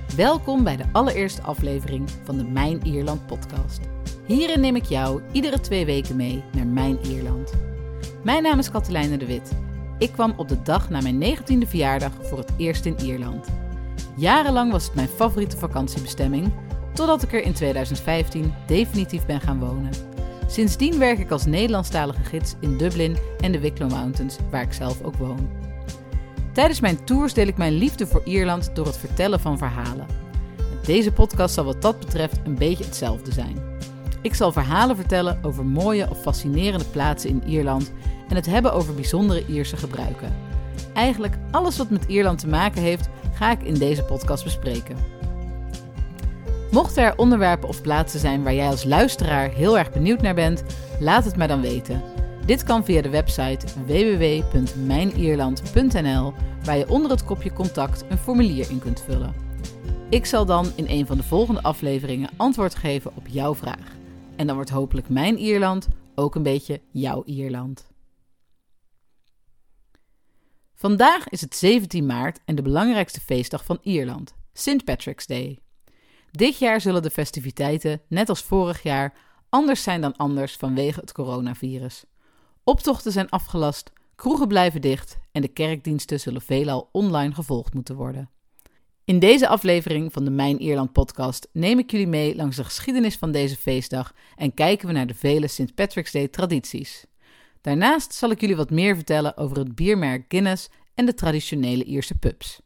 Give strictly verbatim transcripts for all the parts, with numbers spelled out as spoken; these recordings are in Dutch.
Welkom bij de allereerste aflevering van de Mijn Ierland podcast. Hierin neem ik jou iedere twee weken mee naar Mijn Ierland. Mijn naam is Katelijne de Wit. Ik kwam op de dag na mijn negentiende verjaardag voor het eerst in Ierland. Jarenlang was het mijn favoriete vakantiebestemming, totdat ik er in tweeduizend vijftien definitief ben gaan wonen. Sindsdien werk ik als Nederlandstalige gids in Dublin en de Wicklow Mountains, waar ik zelf ook woon. Tijdens mijn tours deel ik mijn liefde voor Ierland door het vertellen van verhalen. Deze podcast zal wat dat betreft een beetje hetzelfde zijn. Ik zal verhalen vertellen over mooie of fascinerende plaatsen in Ierland en het hebben over bijzondere Ierse gebruiken. Eigenlijk alles wat met Ierland te maken heeft, ga ik in deze podcast bespreken. Mochten er onderwerpen of plaatsen zijn waar jij als luisteraar heel erg benieuwd naar bent, laat het mij dan weten. Dit kan via de website w w w punt mijn ierland punt n l, waar je onder het kopje contact een formulier in kunt vullen. Ik zal dan in een van de volgende afleveringen antwoord geven op jouw vraag. En dan wordt hopelijk mijn Ierland ook een beetje jouw Ierland. Vandaag is het zeventien maart en de belangrijkste feestdag van Ierland, Saint Patrick's Day. Dit jaar zullen de festiviteiten, net als vorig jaar, anders zijn dan anders vanwege het coronavirus. Optochten zijn afgelast, kroegen blijven dicht en de kerkdiensten zullen veelal online gevolgd moeten worden. In deze aflevering van de Mijn Ierland podcast neem ik jullie mee langs de geschiedenis van deze feestdag en kijken we naar de vele Saint Patrick's Day tradities. Daarnaast zal ik jullie wat meer vertellen over het biermerk Guinness en de traditionele Ierse pubs.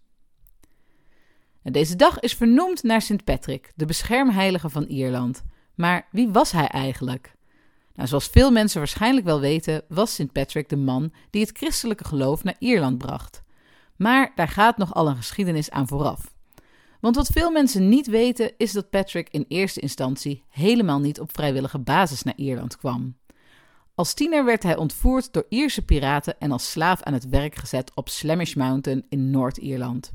Deze dag is vernoemd naar Saint Patrick, de beschermheilige van Ierland. Maar wie was hij eigenlijk? Nou, zoals veel mensen waarschijnlijk wel weten, was Saint Patrick de man die het christelijke geloof naar Ierland bracht. Maar daar gaat nogal een geschiedenis aan vooraf. Want wat veel mensen niet weten is dat Patrick in eerste instantie helemaal niet op vrijwillige basis naar Ierland kwam. Als tiener werd hij ontvoerd door Ierse piraten en als slaaf aan het werk gezet op Slemish Mountain in Noord-Ierland.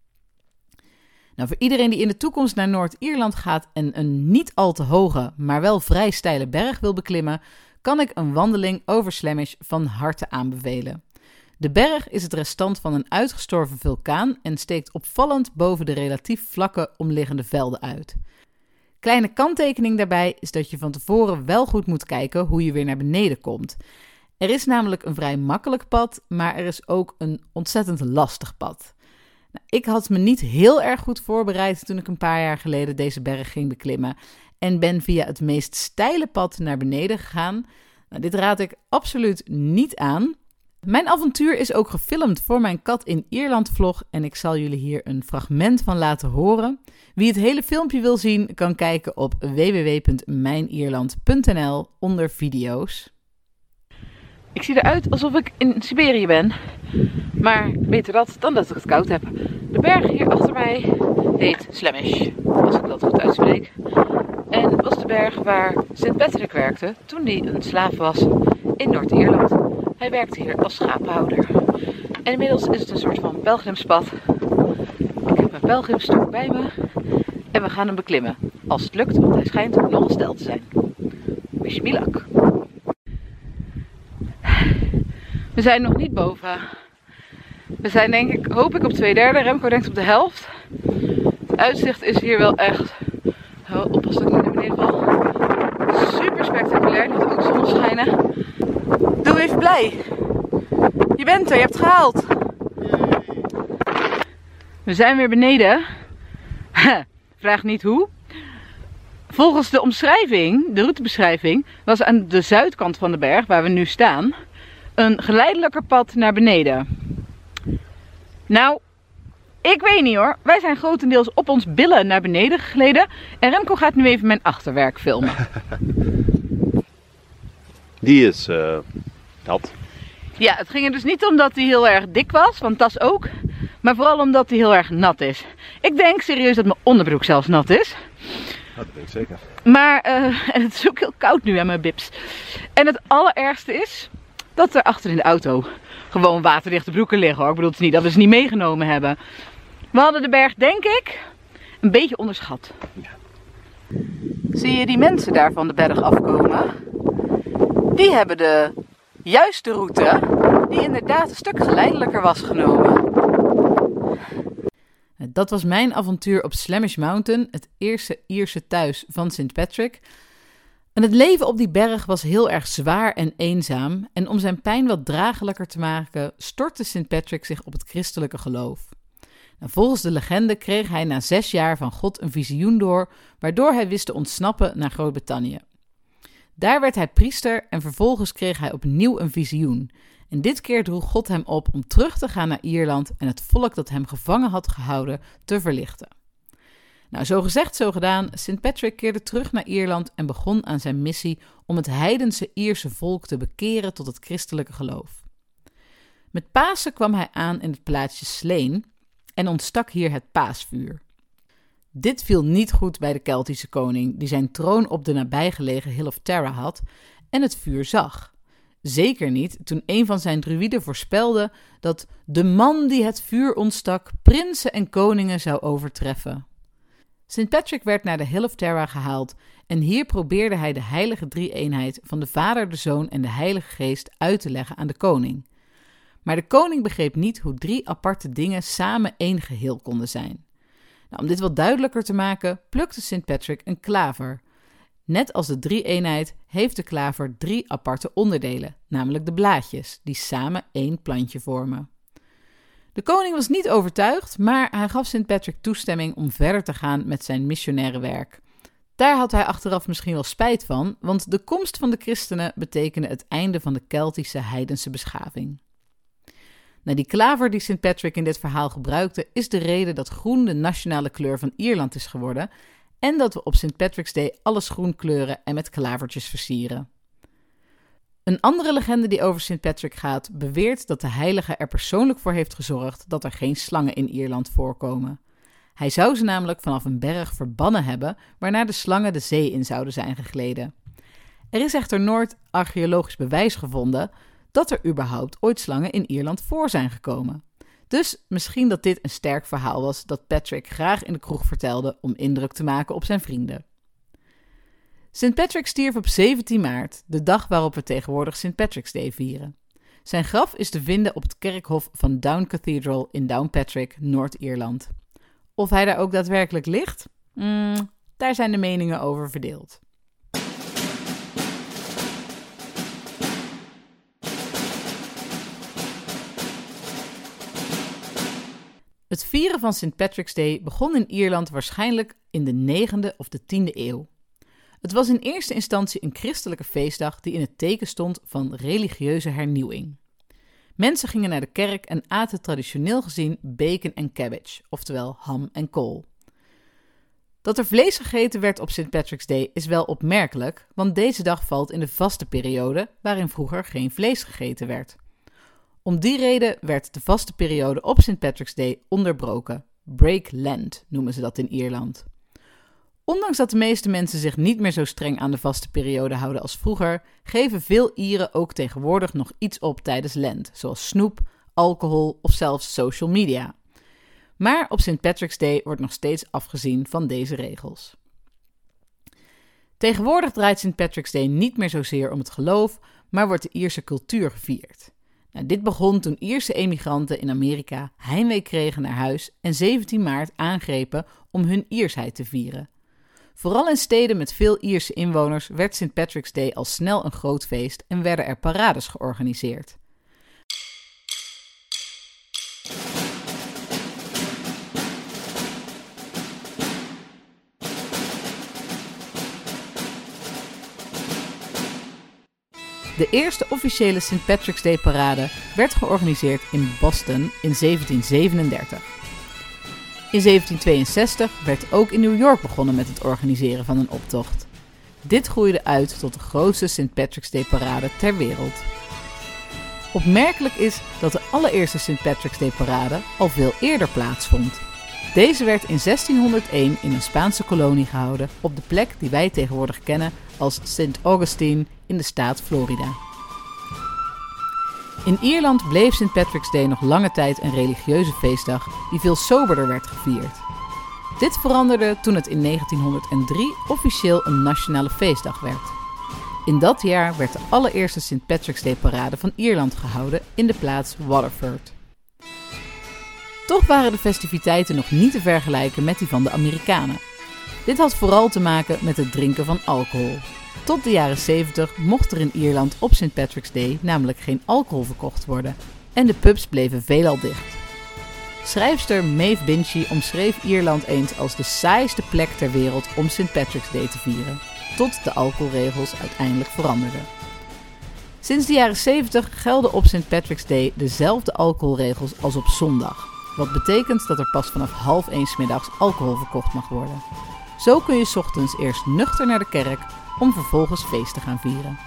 Nou, voor iedereen die in de toekomst naar Noord-Ierland gaat en een niet al te hoge, maar wel vrij steile berg wil beklimmen, kan ik een wandeling over Slemish van harte aanbevelen. De berg is het restant van een uitgestorven vulkaan en steekt opvallend boven de relatief vlakke omliggende velden uit. Kleine kanttekening daarbij is dat je van tevoren wel goed moet kijken hoe je weer naar beneden komt. Er is namelijk een vrij makkelijk pad, maar er is ook een ontzettend lastig pad. Nou, ik had me niet heel erg goed voorbereid toen ik een paar jaar geleden deze berg ging beklimmen en ben via het meest steile pad naar beneden gegaan. Nou, dit raad ik absoluut niet aan. Mijn avontuur is ook gefilmd voor mijn Kat in Ierland vlog en ik zal jullie hier een fragment van laten horen. Wie het hele filmpje wil zien, kan kijken op w w w punt mijn ierland punt n l onder video's. Ik zie eruit alsof ik in Siberië ben, maar beter dat dan dat ik het koud heb. De berg hier achter mij heet Slemish, als ik dat goed uitspreek. En was de berg waar Saint Patrick werkte toen hij een slaaf was in Noord-Ierland. Hij werkte hier als schapenhouder. En inmiddels is het een soort van pelgrimspad. Ik heb mijn pelgrimstok bij me en we gaan hem beklimmen. Als het lukt, want hij schijnt nogal steil te zijn. Wish me luck. We zijn nog niet boven. We zijn denk ik, hoop ik op twee derde. Remco denkt op de helft. Het uitzicht is hier wel echt... Oh, oppas dat ik niet naar beneden val. Super spectaculair. Er gaat ook zonneschijnen. Doe even blij. Je bent er, je hebt het gehaald. We zijn weer beneden. Vraag niet hoe. Volgens de omschrijving, de routebeschrijving, was aan de zuidkant van de berg, waar we nu staan, een geleidelijker pad naar beneden. Nou, ik weet niet hoor. Wij zijn grotendeels op ons billen naar beneden gegleden. En Remco gaat nu even mijn achterwerk filmen. Die is uh, nat. Ja, het ging er dus niet om dat hij heel erg dik was, want dat ook. Maar vooral omdat hij heel erg nat is. Ik denk serieus dat mijn onderbroek zelfs nat is. Dat denk ik zeker. Maar uh, en het is ook heel koud nu aan mijn bips. En het allerergste is dat er achter in de auto gewoon waterdichte broeken liggen hoor. Ik bedoel, het is niet dat we ze niet meegenomen hebben. We hadden de berg, denk ik, een beetje onderschat. Ja. Zie je die mensen daar van de berg afkomen? Die hebben de juiste route, die inderdaad een stuk geleidelijker was genomen. dat was mijn avontuur op Slamish Mountain, het eerste Ierse thuis van Saint Patrick. En het leven op die berg was heel erg zwaar en eenzaam. En om zijn pijn wat dragelijker te maken, stortte Saint Patrick zich op het christelijke geloof. Nou, volgens de legende kreeg hij na zes jaar van God een visioen door, waardoor hij wist te ontsnappen naar Groot-Brittannië. Daar werd hij priester en vervolgens kreeg hij opnieuw een visioen. En dit keer droeg God hem op om terug te gaan naar Ierland en het volk dat hem gevangen had gehouden te verlichten. Nou, zo gezegd, zo gedaan. Saint Patrick keerde terug naar Ierland en begon aan zijn missie om het heidense Ierse volk te bekeren tot het christelijke geloof. Met Pasen kwam hij aan in het plaatsje Slane en ontstak hier het paasvuur. Dit viel niet goed bij de Keltische koning, die zijn troon op de nabijgelegen Hill of Tara had en het vuur zag. Zeker niet toen een van zijn druïden voorspelde dat de man die het vuur ontstak prinsen en koningen zou overtreffen. Saint Patrick werd naar de Hill of Tara gehaald en hier probeerde hij de heilige drie-eenheid van de Vader, de Zoon en de Heilige Geest uit te leggen aan de koning. Maar de koning begreep niet hoe drie aparte dingen samen één geheel konden zijn. Nou, om dit wat duidelijker te maken, plukte Saint Patrick een klaver. Net als de drie-eenheid heeft de klaver drie aparte onderdelen, namelijk de blaadjes, die samen één plantje vormen. De koning was niet overtuigd, maar hij gaf Saint Patrick toestemming om verder te gaan met zijn missionaire werk. Daar had hij achteraf misschien wel spijt van, want de komst van de christenen betekende het einde van de Keltische heidense beschaving. Nou, die klaver die Saint Patrick in dit verhaal gebruikte, is de reden dat groen de nationale kleur van Ierland is geworden en dat we op Saint Patrick's Day alles groen kleuren en met klavertjes versieren. Een andere legende die over Saint Patrick gaat, beweert dat de heilige er persoonlijk voor heeft gezorgd dat er geen slangen in Ierland voorkomen. Hij zou ze namelijk vanaf een berg verbannen hebben, waarna de slangen de zee in zouden zijn gegleden. Er is echter nooit archeologisch bewijs gevonden dat er überhaupt ooit slangen in Ierland voor zijn gekomen. Dus misschien dat dit een sterk verhaal was dat Patrick graag in de kroeg vertelde om indruk te maken op zijn vrienden. Saint Patrick stierf op zeventien maart, de dag waarop we tegenwoordig Saint Patrick's Day vieren. Zijn graf is te vinden op het kerkhof van Down Cathedral in Downpatrick, Noord-Ierland. Of hij daar ook daadwerkelijk ligt? Mm, daar zijn de meningen over verdeeld. Het vieren van Saint Patrick's Day begon in Ierland waarschijnlijk in de negende of de tiende eeuw. Het was in eerste instantie een christelijke feestdag die in het teken stond van religieuze hernieuwing. Mensen gingen naar de kerk en aten traditioneel gezien bacon en cabbage, oftewel ham en kool. Dat er vlees gegeten werd op Saint Patrick's Day is wel opmerkelijk, want deze dag valt in de vaste periode waarin vroeger geen vlees gegeten werd. Om die reden werd de vaste periode op Saint Patrick's Day onderbroken. Break Lent noemen ze dat in Ierland. Ondanks dat de meeste mensen zich niet meer zo streng aan de vaste periode houden als vroeger, geven veel Ieren ook tegenwoordig nog iets op tijdens Lent, zoals snoep, alcohol of zelfs social media. Maar op Saint Patrick's Day wordt nog steeds afgezien van deze regels. Tegenwoordig draait Saint Patrick's Day niet meer zozeer om het geloof, maar wordt de Ierse cultuur gevierd. Nou, dit begon toen Ierse emigranten in Amerika heimwee kregen naar huis en zeventien maart aangrepen om hun Iersheid te vieren. Vooral in steden met veel Ierse inwoners werd Saint Patrick's Day al snel een groot feest en werden er parades georganiseerd. De eerste officiële Saint Patrick's Day parade werd georganiseerd in Boston in zeventien zevenendertig. In zeventien tweeënzestig werd ook in New York begonnen met het organiseren van een optocht. Dit groeide uit tot de grootste Saint Patrick's Day parade ter wereld. Opmerkelijk is dat de allereerste Saint Patrick's Day parade al veel eerder plaatsvond. Deze werd in zestienhonderdéén in een Spaanse kolonie gehouden op de plek die wij tegenwoordig kennen als Saint Augustine in de staat Florida. In Ierland bleef Saint Patrick's Day nog lange tijd een religieuze feestdag die veel soberder werd gevierd. Dit veranderde toen het in negentienhonderddrie officieel een nationale feestdag werd. In dat jaar werd de allereerste Saint Patrick's Day parade van Ierland gehouden in de plaats Waterford. Toch waren de festiviteiten nog niet te vergelijken met die van de Amerikanen. Dit had vooral te maken met het drinken van alcohol. Tot de jaren zeventig mocht er in Ierland op Saint Patrick's Day namelijk geen alcohol verkocht worden en de pubs bleven veelal dicht. Schrijfster Maeve Binchy omschreef Ierland eens als de saaiste plek ter wereld om Saint Patrick's Day te vieren, tot de alcoholregels uiteindelijk veranderden. Sinds de jaren zeventig gelden op Saint Patrick's Day dezelfde alcoholregels als op zondag, wat betekent dat er pas vanaf half één 's middags alcohol verkocht mag worden. Zo kun je 's ochtends eerst nuchter naar de kerk om vervolgens feest te gaan vieren.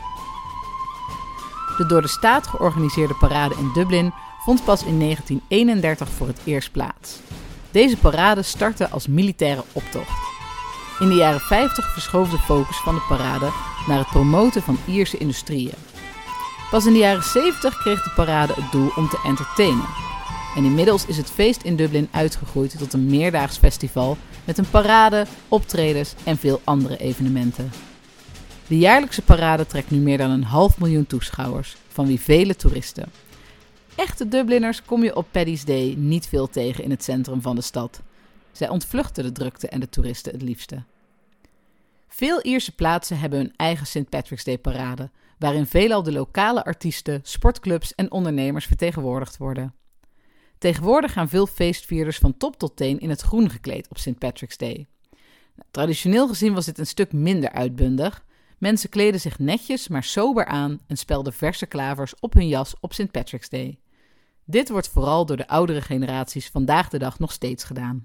De door de staat georganiseerde parade in Dublin vond pas in negentien eenendertig voor het eerst plaats. Deze parade startte als militaire optocht. In de jaren vijftig verschoof de focus van de parade naar het promoten van Ierse industrieën. Pas in de jaren zeventig kreeg de parade het doel om te entertainen. En inmiddels is het feest in Dublin uitgegroeid tot een meerdaags festival met een parade, optredens en veel andere evenementen. De jaarlijkse parade trekt nu meer dan een half miljoen toeschouwers, van wie vele toeristen. Echte Dubliners kom je op Paddy's Day niet veel tegen in het centrum van de stad. Zij ontvluchten de drukte en de toeristen het liefste. Veel Ierse plaatsen hebben hun eigen Saint Patrick's Day parade, waarin veelal de lokale artiesten, sportclubs en ondernemers vertegenwoordigd worden. Tegenwoordig gaan veel feestvierders van top tot teen in het groen gekleed op Saint Patrick's Day. Traditioneel gezien was dit een stuk minder uitbundig. Mensen kleden zich netjes maar sober aan en spelden verse klavers op hun jas op Saint Patrick's Day. Dit wordt vooral door de oudere generaties vandaag de dag nog steeds gedaan.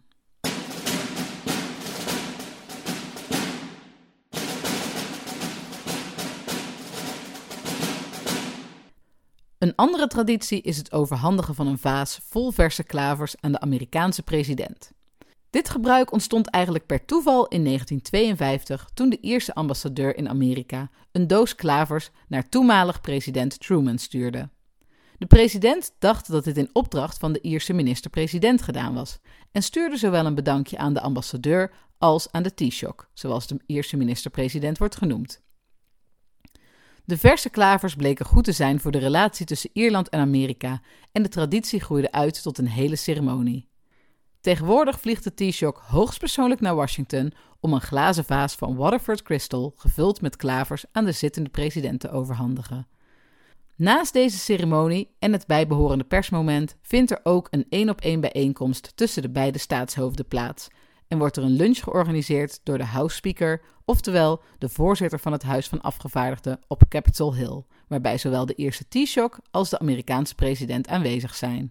Een andere traditie is het overhandigen van een vaas vol verse klavers aan de Amerikaanse president. Dit gebruik ontstond eigenlijk per toeval in negentien tweeënvijftig toen de Ierse ambassadeur in Amerika een doos klavers naar toenmalig president Truman stuurde. De president dacht dat dit in opdracht van de Ierse minister-president gedaan was en stuurde zowel een bedankje aan de ambassadeur als aan de Taoiseach, zoals de Ierse minister-president wordt genoemd. De verse klavers bleken goed te zijn voor de relatie tussen Ierland en Amerika en de traditie groeide uit tot een hele ceremonie. Tegenwoordig vliegt de Taoiseach hoogstpersoonlijk naar Washington om een glazen vaas van Waterford Crystal gevuld met klavers aan de zittende president te overhandigen. Naast deze ceremonie en het bijbehorende persmoment vindt er ook een één-op-één bijeenkomst tussen de beide staatshoofden plaats en wordt er een lunch georganiseerd door de House Speaker, oftewel de voorzitter van het Huis van Afgevaardigden op Capitol Hill, waarbij zowel de Ierse Taoiseach als de Amerikaanse president aanwezig zijn.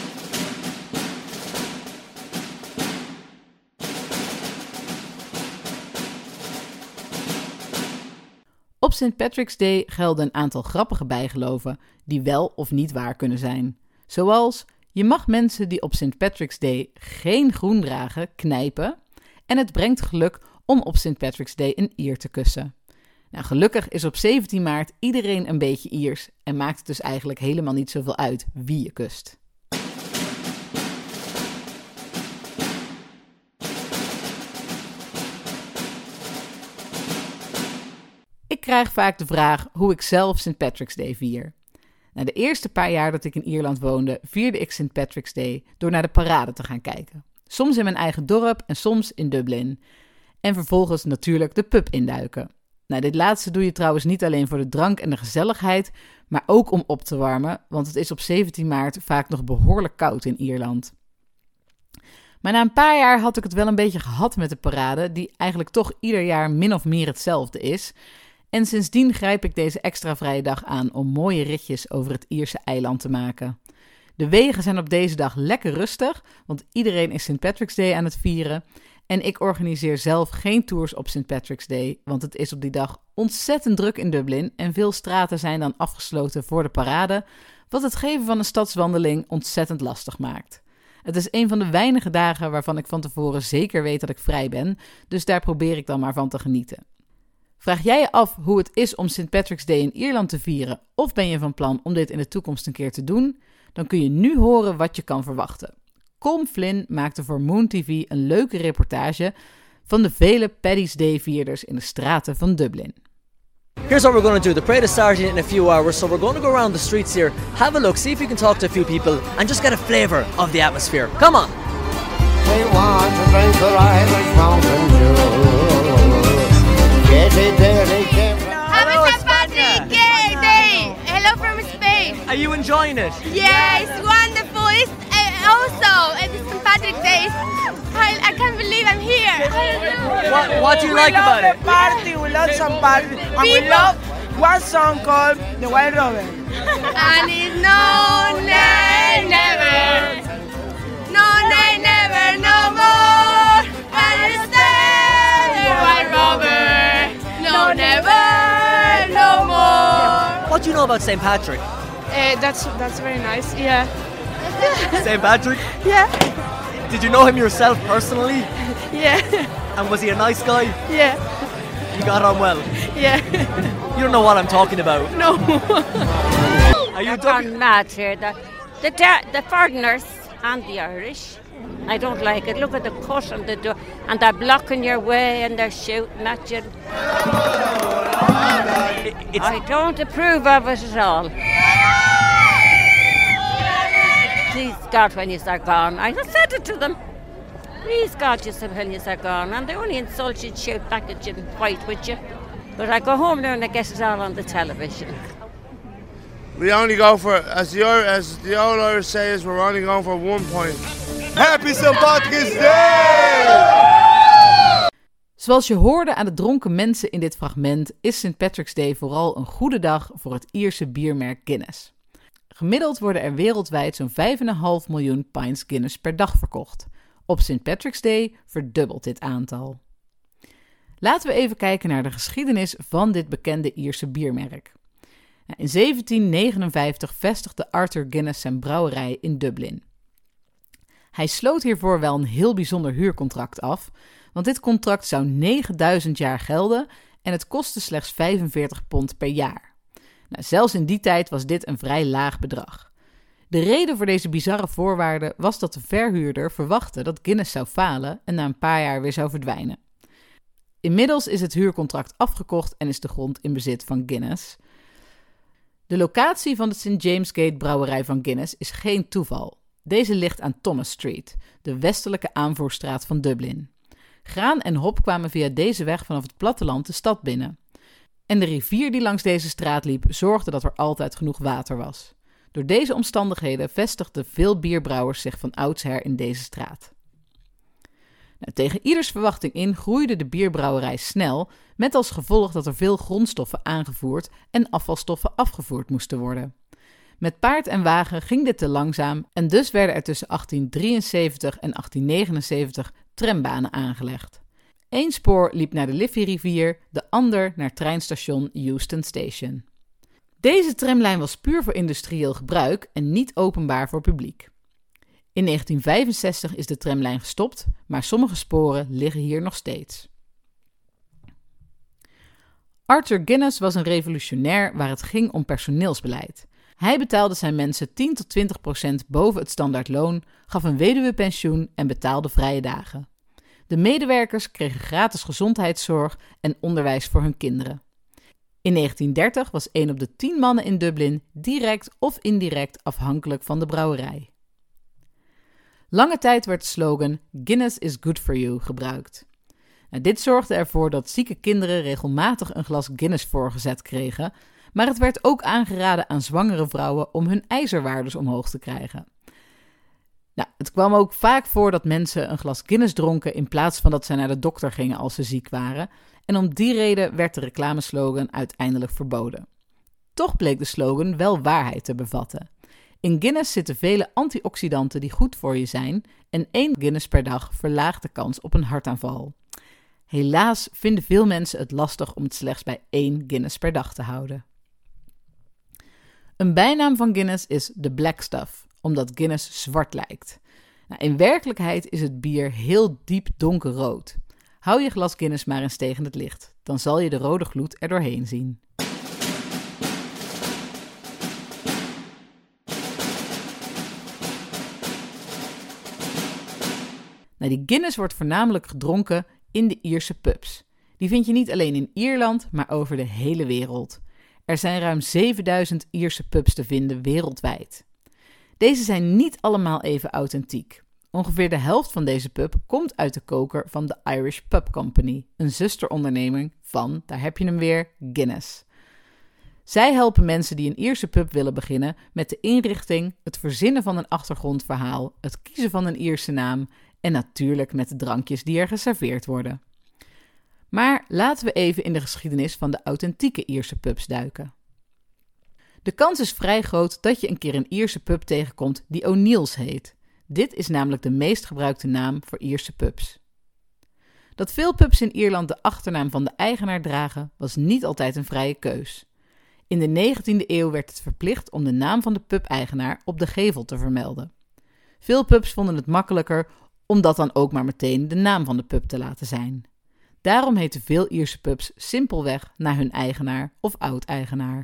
Op Saint Patrick's Day gelden een aantal grappige bijgeloven die wel of niet waar kunnen zijn. Zoals, je mag mensen die op Saint Patrick's Day geen groen dragen knijpen en het brengt geluk om op Saint Patrick's Day een Ier te kussen. Nou, gelukkig is op zeventien maart iedereen een beetje Iers en maakt het dus eigenlijk helemaal niet zoveel uit wie je kust. Ik krijg vaak de vraag hoe ik zelf Saint Patrick's Day vier. Nou, de eerste paar jaar dat ik in Ierland woonde, vierde ik Saint Patrick's Day door naar de parade te gaan kijken. Soms in mijn eigen dorp en soms in Dublin. En vervolgens natuurlijk de pub induiken. Nou, dit laatste doe je trouwens niet alleen voor de drank en de gezelligheid, maar ook om op te warmen, want het is op zeventien maart vaak nog behoorlijk koud in Ierland. Maar na een paar jaar had ik het wel een beetje gehad met de parade, die eigenlijk toch ieder jaar min of meer hetzelfde is. En sindsdien grijp ik deze extra vrije dag aan om mooie ritjes over het Ierse eiland te maken. De wegen zijn op deze dag lekker rustig, want iedereen is Saint Patrick's Day aan het vieren. En ik organiseer zelf geen tours op Saint Patrick's Day, want het is op die dag ontzettend druk in Dublin en veel straten zijn dan afgesloten voor de parade, wat het geven van een stadswandeling ontzettend lastig maakt. Het is een van de weinige dagen waarvan ik van tevoren zeker weet dat ik vrij ben, dus daar probeer ik dan maar van te genieten. Vraag jij je af hoe het is om Saint Patrick's Day in Ierland te vieren of ben je van plan om dit in de toekomst een keer te doen? Dan kun je nu horen wat je kan verwachten. Colm Flynn maakte voor Moon T V een leuke reportage van de vele Paddy's Day vierders in de straten van Dublin. Here's what we're going to do. The parade is starting in a few hours, so we're going to go around the streets here, have a look, see if you can talk to a few people, and just get a flavour of the atmosphere. Come on! They want to drink the Irish Mountain Dew. Get it there, they can't. Happy Saint Patrick's Day! Hello from Spain. Are you enjoying it? Yeah, it's wonderful. It's uh, also uh, it's Saint Patrick's Day. I, I can't believe I'm here. What, what do you we like love about the it? party, we love Saint Patrick, and we People. love one song called The White Robin. And it's no, nay, never. No, nay, never, no more. And it's never, White Robin. No, never, no more. What do you know about Saint Patrick? Uh, that's that's very nice. Yeah. Saint Patrick? Yeah. Did you know him yourself personally? Yeah. And was he a nice guy? Yeah. You got on well? Yeah. You don't know what I'm talking about. No. Are you I've talking? gone mad here. The, the, the foreigners and the Irish. I don't like it. Look at the cut and the door, and they're blocking your way and they're shooting at you. It's, I don't approve of it at all. Please God, when you are gone. I just said it to them. Please God, you said when you are gone. And they only insult you and shout back at you and fight with you. But I go home now and I get it all on the television. We only go for, as the, as the old Irish say is, we're only going for one point. Happy Saint Patrick's Day! Zoals je hoorde aan de dronken mensen in dit fragment, is Saint Patrick's Day vooral een goede dag voor het Ierse biermerk Guinness. Gemiddeld worden er wereldwijd zo'n vijf komma vijf miljoen pints Guinness per dag verkocht. Op Saint Patrick's Day verdubbelt dit aantal. Laten we even kijken naar de geschiedenis van dit bekende Ierse biermerk. In zeventien negenenvijftig vestigde Arthur Guinness zijn brouwerij in Dublin. Hij sloot hiervoor wel een heel bijzonder huurcontract af, want dit contract zou negenduizend jaar gelden en het kostte slechts vijfenveertig pond per jaar. Nou, zelfs in die tijd was dit een vrij laag bedrag. De reden voor deze bizarre voorwaarden was dat de verhuurder verwachtte dat Guinness zou falen en na een paar jaar weer zou verdwijnen. Inmiddels is het huurcontract afgekocht en is de grond in bezit van Guinness. De locatie van de Saint James Gate brouwerij van Guinness is geen toeval. Deze ligt aan Thomas Street, de westelijke aanvoerstraat van Dublin. Graan en hop kwamen via deze weg vanaf het platteland de stad binnen. En de rivier die langs deze straat liep zorgde dat er altijd genoeg water was. Door deze omstandigheden vestigden veel bierbrouwers zich van oudsher in deze straat. Nou, tegen ieders verwachting in groeide de bierbrouwerij snel, met als gevolg dat er veel grondstoffen aangevoerd en afvalstoffen afgevoerd moesten worden. Met paard en wagen ging dit te langzaam en dus werden er tussen achttien drieënzeventig en achttien negenenzeventig trambanen aangelegd. Eén spoor liep naar de Liffey-rivier, de ander naar treinstation Euston Station. Deze tramlijn was puur voor industrieel gebruik en niet openbaar voor publiek. In negentien vijfenzestig is de tramlijn gestopt, maar sommige sporen liggen hier nog steeds. Arthur Guinness was een revolutionair waar het ging om personeelsbeleid. Hij betaalde zijn mensen tien tot twintig procent boven het standaardloon, gaf een weduwepensioen en betaalde vrije dagen. De medewerkers kregen gratis gezondheidszorg en onderwijs voor hun kinderen. In negentien dertig was één op de tien mannen in Dublin direct of indirect afhankelijk van de brouwerij. Lange tijd werd de slogan Guinness is good for you gebruikt. Nou, dit zorgde ervoor dat zieke kinderen regelmatig een glas Guinness voorgezet kregen, maar het werd ook aangeraden aan zwangere vrouwen om hun ijzerwaardes omhoog te krijgen. Nou, het kwam ook vaak voor dat mensen een glas Guinness dronken in plaats van dat zij naar de dokter gingen als ze ziek waren. En om die reden werd de reclameslogan uiteindelijk verboden. Toch bleek de slogan wel waarheid te bevatten. In Guinness zitten vele antioxidanten die goed voor je zijn en één Guinness per dag verlaagt de kans op een hartaanval. Helaas vinden veel mensen het lastig om het slechts bij één Guinness per dag te houden. Een bijnaam van Guinness is de Black Stuff, omdat Guinness zwart lijkt. Nou, in werkelijkheid is het bier heel diep donkerrood. Hou je glas Guinness maar eens tegen het licht, dan zal je de rode gloed er doorheen zien. Nou, die Guinness wordt voornamelijk gedronken in de Ierse pubs. Die vind je niet alleen in Ierland, maar over de hele wereld. Er zijn ruim zevenduizend Ierse pubs te vinden wereldwijd. Deze zijn niet allemaal even authentiek. Ongeveer de helft van deze pub komt uit de koker van de Irish Pub Company, een zusteronderneming van, daar heb je hem weer, Guinness. Zij helpen mensen die een Ierse pub willen beginnen met de inrichting, het verzinnen van een achtergrondverhaal, het kiezen van een Ierse naam en natuurlijk met de drankjes die er geserveerd worden. Maar laten we even in de geschiedenis van de authentieke Ierse pubs duiken. De kans is vrij groot dat je een keer een Ierse pub tegenkomt die O'Neill's heet. Dit is namelijk de meest gebruikte naam voor Ierse pubs. Dat veel pubs in Ierland de achternaam van de eigenaar dragen, was niet altijd een vrije keus. In de negentiende eeuw werd het verplicht om de naam van de pub-eigenaar op de gevel te vermelden. Veel pubs vonden het makkelijker om dat dan ook maar meteen de naam van de pub te laten zijn. Daarom heten veel Ierse pubs simpelweg naar hun eigenaar of oud-eigenaar.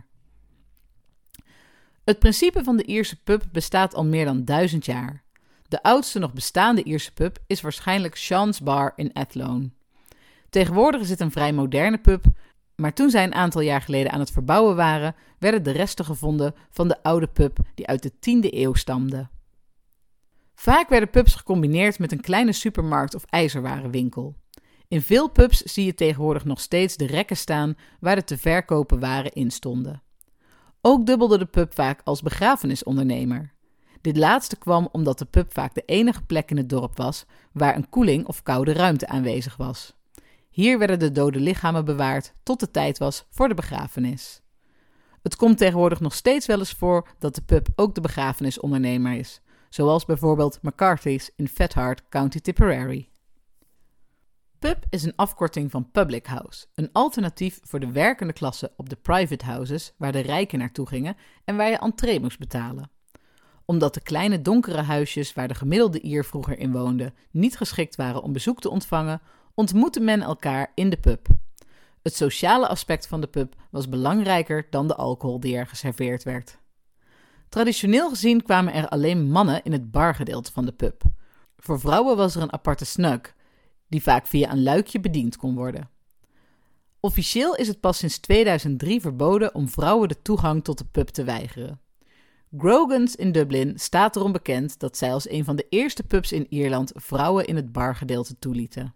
Het principe van de Ierse pub bestaat al meer dan duizend jaar. De oudste nog bestaande Ierse pub is waarschijnlijk Sean's Bar in Athlone. Tegenwoordig is het een vrij moderne pub, maar toen zij een aantal jaar geleden aan het verbouwen waren, werden de resten gevonden van de oude pub die uit de tiende eeuw stamde. Vaak werden pubs gecombineerd met een kleine supermarkt of ijzerwarenwinkel. In veel pubs zie je tegenwoordig nog steeds de rekken staan waar de te verkopen waren in stonden. Ook dubbelde de pub vaak als begrafenisondernemer. Dit laatste kwam omdat de pub vaak de enige plek in het dorp was waar een koeling of koude ruimte aanwezig was. Hier werden de dode lichamen bewaard tot de tijd was voor de begrafenis. Het komt tegenwoordig nog steeds wel eens voor dat de pub ook de begrafenisondernemer is, zoals bijvoorbeeld McCarthy's in Fethard, County Tipperary. Pub is een afkorting van public house, een alternatief voor de werkende klasse op de private houses waar de rijken naartoe gingen en waar je entree moest betalen. Omdat de kleine donkere huisjes waar de gemiddelde Ier vroeger in woonde niet geschikt waren om bezoek te ontvangen, ontmoette men elkaar in de pub. Het sociale aspect van de pub was belangrijker dan de alcohol die er geserveerd werd. Traditioneel gezien kwamen er alleen mannen in het bargedeelte van de pub. Voor vrouwen was er een aparte snug, die vaak via een luikje bediend kon worden. Officieel is het pas sinds tweeduizend drie verboden om vrouwen de toegang tot de pub te weigeren. Grogan's in Dublin staat erom bekend dat zij als een van de eerste pubs in Ierland vrouwen in het bargedeelte toelieten.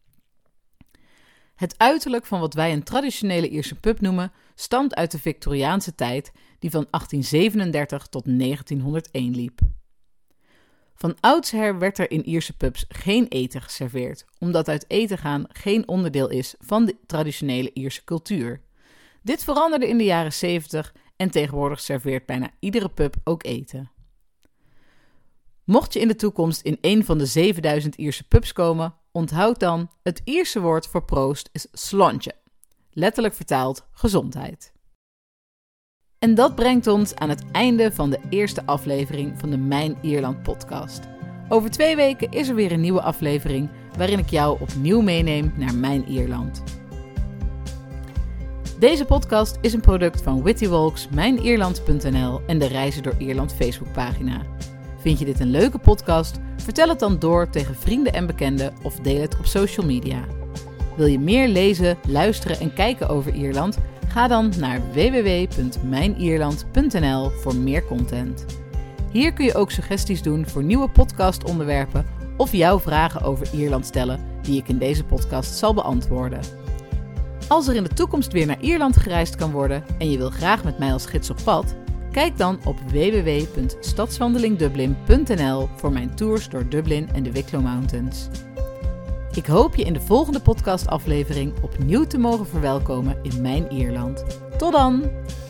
Het uiterlijk van wat wij een traditionele Ierse pub noemen, stamt uit de Victoriaanse tijd die van achttien zevenendertig tot negentienhonderdéén liep. Van oudsher werd er in Ierse pubs geen eten geserveerd, omdat uit eten gaan geen onderdeel is van de traditionele Ierse cultuur. Dit veranderde in de jaren zeventig en tegenwoordig serveert bijna iedere pub ook eten. Mocht je in de toekomst in een van de zevenduizend Ierse pubs komen, onthoud dan, het Ierse woord voor proost is slontje, letterlijk vertaald gezondheid. En dat brengt ons aan het einde van de eerste aflevering van de Mijn Ierland podcast. Over twee weken is er weer een nieuwe aflevering waarin ik jou opnieuw meeneem naar Mijn Ierland. Deze podcast is een product van Witty Walks, mijn ierland punt n l en de Reizen door Ierland Facebookpagina. Vind je dit een leuke podcast? Vertel het dan door tegen vrienden en bekenden of deel het op social media. Wil je meer lezen, luisteren en kijken over Ierland? Ga dan naar w w w punt mijn ierland punt n l voor meer content. Hier kun je ook suggesties doen voor nieuwe podcastonderwerpen of jouw vragen over Ierland stellen die ik in deze podcast zal beantwoorden. Als er in de toekomst weer naar Ierland gereisd kan worden en je wil graag met mij als gids op pad, kijk dan op w w w punt stadswandelingdublin punt n l voor mijn tours door Dublin en de Wicklow Mountains. Ik hoop je in de volgende podcastaflevering opnieuw te mogen verwelkomen in Mijn Ierland. Tot dan!